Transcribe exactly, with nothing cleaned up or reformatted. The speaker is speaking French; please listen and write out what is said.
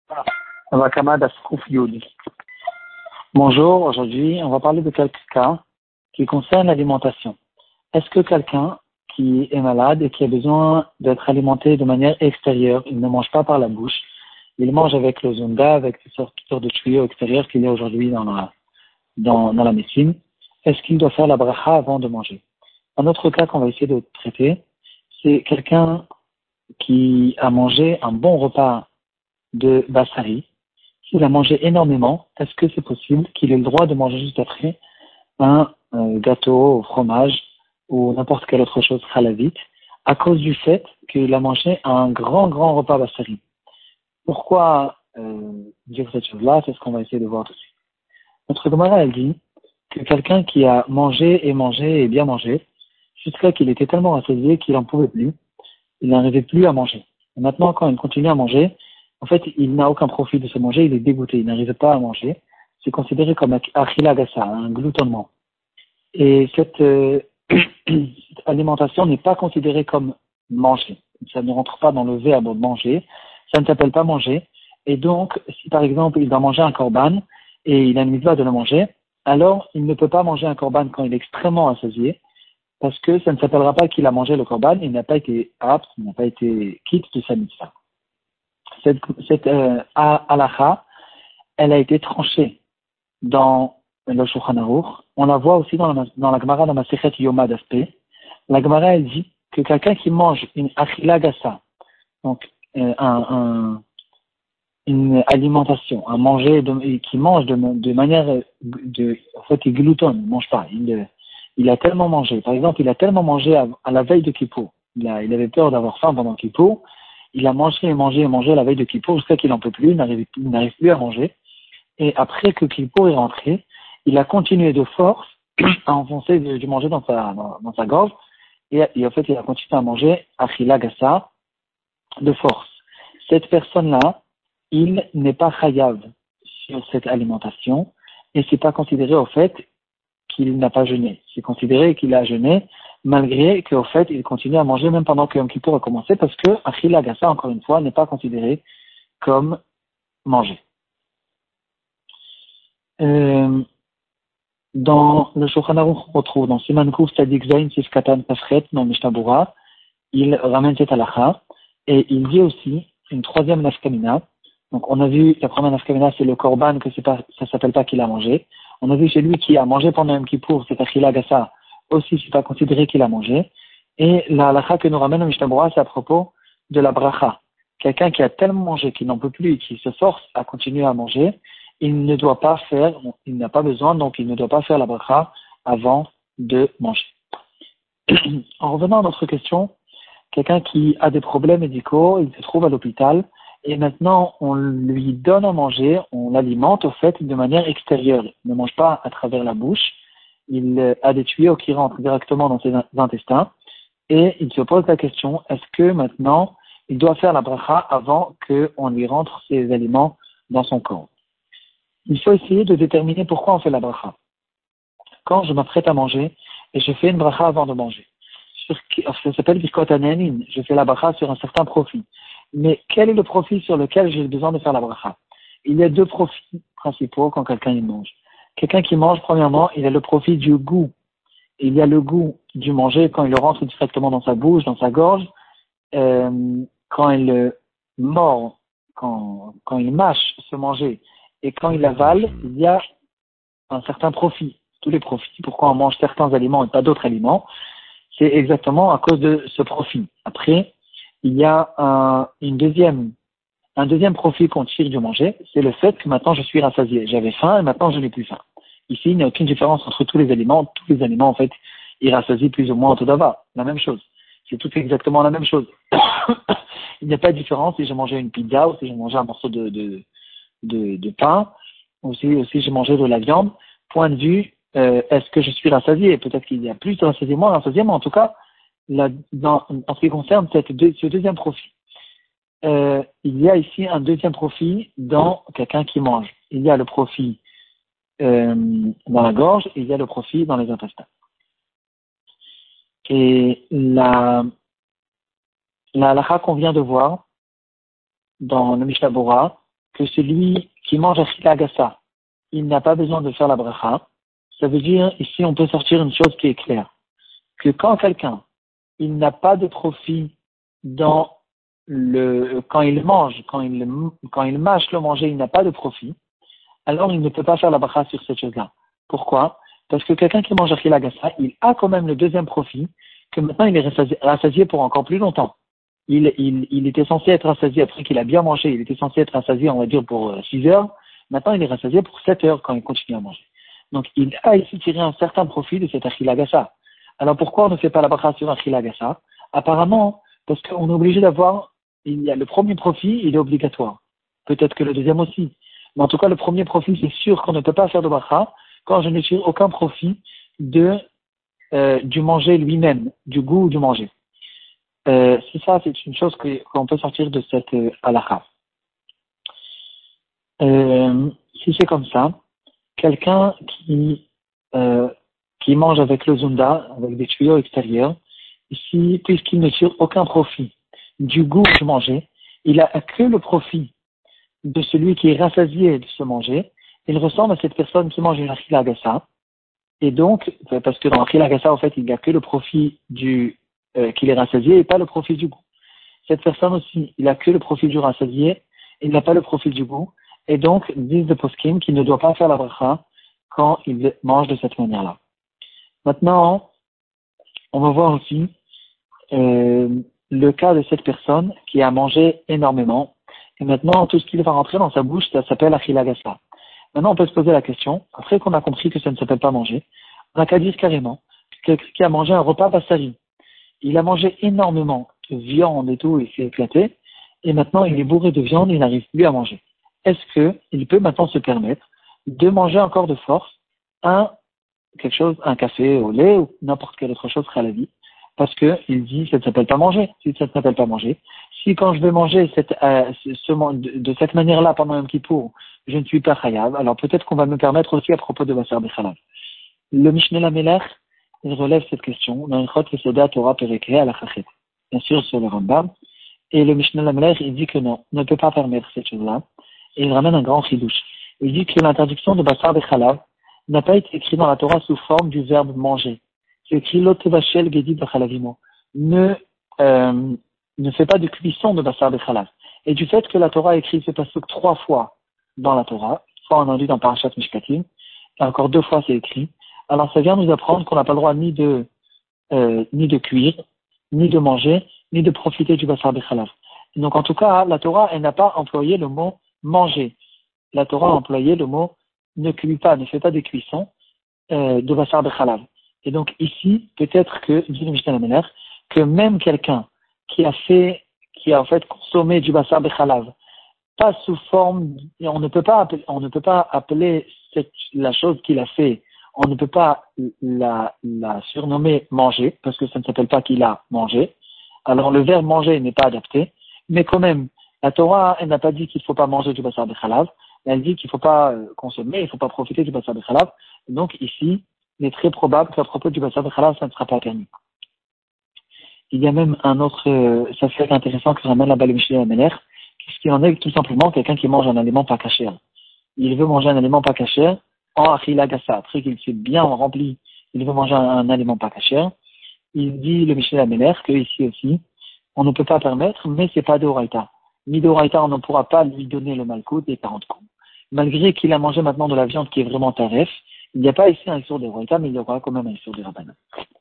Bonjour, aujourd'hui on va parler de quelques cas qui concernent l'alimentation. Est-ce que quelqu'un qui est malade et qui a besoin d'être alimenté de manière extérieure, il ne mange pas par la bouche, il mange avec le zonda, avec toutes sortes, toutes sortes de tuyaux extérieurs qu'il y a aujourd'hui dans la, dans, dans la médecine, est-ce qu'il doit faire la bracha avant de manger? Un autre cas qu'on va essayer de traiter, c'est quelqu'un qui a mangé un bon repas de bassari. S'il a mangé énormément, est-ce que c'est possible qu'il ait le droit de manger juste après un euh, gâteau au fromage ou n'importe quelle autre chose halavite à cause du fait qu'il a mangé un grand, grand repas bassari? Pourquoi euh, dire cette chose-là? C'est ce qu'on va essayer de voir tout de suite. Notre Gemara, elle dit que quelqu'un qui a mangé et mangé et bien mangé, jusqu'à qu'il était tellement rassasié qu'il n'en pouvait plus, il n'arrivait plus à manger. Et maintenant, quand il continue à manger, en fait, il n'a aucun profit de se manger, il est dégoûté, il n'arrive pas à manger. C'est considéré comme achila gassa, un gloutonnement. Et cette, euh, cette alimentation n'est pas considérée comme manger. Ça ne rentre pas dans le verbe manger. Ça ne s'appelle pas manger. Et donc, si par exemple, il va manger un korban et il a une mitzvah de le manger, alors il ne peut pas manger un korban quand il est extrêmement rassasié, parce que ça ne s'appellera pas qu'il a mangé le korban, il n'a pas été apte, il n'a pas été quitte de sa mitzvah. Cette, cette euh, halakha, elle a été tranchée dans le Shulchan Aruch. On la voit aussi dans la, dans la Gemara, dans la Masechet Yoma d'Aspé. La Gemara, elle dit que quelqu'un qui mange une achila gassa, donc euh, un, un, une alimentation, un manger de, qui mange de, de manière, de, en fait, il gloutonne, il mange pas, il, il a tellement mangé. Par exemple, il a tellement mangé à, à la veille de Kippour. Il, a, il avait peur d'avoir faim pendant Kippour. Il a mangé et mangé et mangé la veille de Kippour jusqu'à qu'il n'en peut plus, il n'arrive, il n'arrive plus à manger. Et après que Kippour est rentré, il a continué de force à enfoncer du manger dans sa, dans, dans sa gorge. Et, et en fait, il a continué à manger achila gassa de force. Cette personne-là, il n'est pas chayav sur cette alimentation et c'est pas considéré au fait qu'il n'a pas jeûné. C'est considéré qu'il a jeûné malgré qu'au fait il continue à manger même pendant que Yom Kippour a commencé, parce que achila gassa, encore une fois, n'est pas considéré comme manger. Euh, dans le Shulchan Aruch, on retrouve dans Siman Kuf Tzadik Zayin Sif Katan Tafret dans Mishnah Berurah, il ramène cette halakha et il dit aussi une troisième nafkamina. Donc on a vu la première nafkamina, c'est le korban, que c'est pas, ça s'appelle pas qu'il a mangé. On a vu celui qui a mangé pendant Yom Kippour, c'est achila gassa, aussi c'est pas considéré qu'il a mangé. Et la halakha que nous ramène au Mishnah Berurah, c'est à propos de la bracha. Quelqu'un qui a tellement mangé qu'il n'en peut plus et qui se force à continuer à manger, il ne doit pas faire, il n'a pas besoin, donc il ne doit pas faire la bracha avant de manger. En revenant à notre question, quelqu'un qui a des problèmes médicaux, il se trouve à l'hôpital, et maintenant on lui donne à manger, on l'alimente au fait de manière extérieure. Il ne mange pas à travers la bouche, il a des tuyaux qui rentrent directement dans ses intestins, et il se pose la question, est-ce que maintenant il doit faire la bracha avant qu'on lui rentre ses aliments dans son corps? Il faut essayer de déterminer pourquoi on fait la bracha. Quand je m'apprête à manger, et je fais une bracha avant de manger, sur, ça s'appelle Birkot Hanehanin, je fais la bracha sur un certain profit. Mais quel est le profit sur lequel j'ai besoin de faire la bracha? Il y a deux profits principaux quand quelqu'un y mange. Quelqu'un qui mange, premièrement, il a le profit du goût. Il y a le goût du manger quand il le rentre directement dans sa bouche, dans sa gorge, euh, quand il le mord, quand, quand il mâche ce manger, et quand il avale, il y a un certain profit. Tous les profits, pourquoi on mange certains aliments et pas d'autres aliments, c'est exactement à cause de ce profit. Après, il y a un, une deuxième, un deuxième profit qu'on tire du manger, c'est le fait que maintenant je suis rassasié. J'avais faim et maintenant je n'ai plus faim. Ici, il n'y a aucune différence entre tous les aliments. Tous les aliments, en fait, ils rassasient plus ou moins tout d'abord. La même chose. C'est tout exactement la même chose. Il n'y a pas de différence si j'ai mangé une pizza ou si j'ai mangé un morceau de, de, de, de pain ou si, ou si j'ai mangé de la viande. Point de vue, euh, est-ce que je suis rassasié? Peut-être qu'il y a plus de rassasié, moins rassasié, mais en tout cas, la, dans, en ce qui concerne cette deux, ce deuxième profit, euh, il y a ici un deuxième profit dans quelqu'un qui mange. Il y a le profit euh, dans la gorge et il y a le profit dans les intestins. Et la, la halakha qu'on vient de voir dans le Mishnah Berurah, que celui qui mange Achila Agassa, il n'a pas besoin de faire la bracha, ça veut dire, ici, on peut sortir une chose qui est claire. Que quand quelqu'un, il n'a pas de profit dans le, quand il mange, quand il, quand il mâche le manger, il n'a pas de profit, alors il ne peut pas faire la bracha sur cette chose-là. Pourquoi? Parce que quelqu'un qui mange Achila Agassa, il a quand même le deuxième profit, que maintenant il est rassasié pour encore plus longtemps. Il, il, il était censé être rassasié après qu'il a bien mangé, il était censé être rassasié, on va dire, pour six heures. Maintenant, il est rassasié pour sept heures quand il continue à manger. Donc, il a ici tiré un certain profit de cet Achila Agassa. Alors, pourquoi on ne fait pas la bracha sur Achila Agassa? Apparemment, parce qu'on est obligé d'avoir, il y a le premier profit, il est obligatoire. Peut-être que le deuxième aussi. Mais en tout cas, le premier profit, c'est sûr qu'on ne peut pas faire de bracha quand je ne tire aucun profit de, euh, du manger lui-même, du goût du manger. Euh, si ça, c'est une chose que, qu'on peut sortir de cette euh, halakha. Euh, si c'est comme ça, quelqu'un qui, euh, qui mange avec le zunda, avec des tuyaux extérieurs, ici, puisqu'il ne tire aucun profit du goût du manger, il a que le profit de celui qui est rassasié de ce manger. Il ressemble à cette personne qui mange une Achila Agassa. Et donc, parce que dans Achila Agassa, en fait, il n'y a que le profit du Euh, qu'il est rassasié et pas le profit du goût. Cette personne aussi, il a que le profit du rassasié, il n'a pas le profit du goût, et donc, disent de poskim qu'il ne doit pas faire la bracha quand il mange de cette manière-là. Maintenant, on va voir aussi euh, le cas de cette personne qui a mangé énormément, et maintenant, tout ce qui va rentrer dans sa bouche, ça s'appelle Achila Agassa. Maintenant, on peut se poser la question, après qu'on a compris que ça ne s'appelle pas manger, on n'a qu'à dire carrément, quelqu'un qui a mangé un repas bassari, il a mangé énormément de viande et tout, il s'est éclaté, et maintenant il est bourré de viande et il n'arrive plus à manger. Est-ce qu'il peut maintenant se permettre de manger encore de force un, quelque chose, un café au lait ou n'importe quelle autre chose à la vie? Parce que il dit, ça ne s'appelle pas manger. Si ça ne s'appelle pas manger, si quand je vais manger cette, euh, ce, de, de cette manière-là pendant un petit pour, je ne suis pas chayav, alors peut-être qu'on va me permettre aussi à propos de Basar Bechalav. Le Mishneh Lamelech, il relève cette question dans Ilchot Yesoda Torah Perikei Halachachet, bien sûr sur le Rambam, et le Mishneh Lamelech, il dit que non, on ne peut pas permettre cette chose-là, et il ramène un grand chidouche. Il dit que l'interdiction de Basar Bechalav n'a pas été écrite dans la Torah sous forme du verbe manger. C'est écrit Lo Tevashel Gedi Bechalavimo. Ne, euh, ne fais pas de cuisson de Basar Bechalav. Et du fait que la Torah a écrit ce pasuk trois fois dans la Torah, fois on en dit dans Parashat Mishpatim, et encore deux fois c'est écrit, alors ça vient nous apprendre qu'on n'a pas le droit ni de euh, ni de cuire, ni de manger, ni de profiter du Basar Bechalav. Donc en tout cas, la Torah, elle n'a pas employé le mot manger. La Torah a employé le mot ne cuis pas, ne fais pas de cuisson euh, de Basar Bechalav. Et donc ici, peut-être que, dit le Mishneh Lamelech, que même quelqu'un qui a fait, qui a en fait consommé du Basar Bechalav, pas sous forme, on ne peut pas appeler, on ne peut pas appeler cette, la chose qu'il a fait, on ne peut pas la, la surnommer manger, parce que ça ne s'appelle pas qu'il a mangé. Alors le verbe manger n'est pas adapté, mais quand même, la Torah, elle n'a pas dit qu'il ne faut pas manger du Basar Bechalav, elle dit qu'il ne faut pas consommer, il ne faut pas profiter du Basar Bechalav. Donc ici, il est très probable qu'à propos du Basar Bechalav, ça ne sera pas permis. Il y a même un autre, euh, ça fait intéressant que ramène là-bas le Mishneh Lamelech, ce qui en est tout simplement quelqu'un qui mange un aliment pas caché. Il veut manger un aliment pas caché en Achila Agassa, après qu'il s'est bien rempli, il veut manger un, un aliment pas caché. Il dit le Mishneh Lamelech que ici aussi, on ne peut pas permettre, mais c'est pas de Horaïta. Ni de Horaïta, on ne pourra pas lui donner le malkout des quarante coups. Malgré qu'il a mangé maintenant de la viande qui est vraiment taref, il n'y a pas ici un issur de Horaïta, mais il y aura quand même un issur de Rabbanan.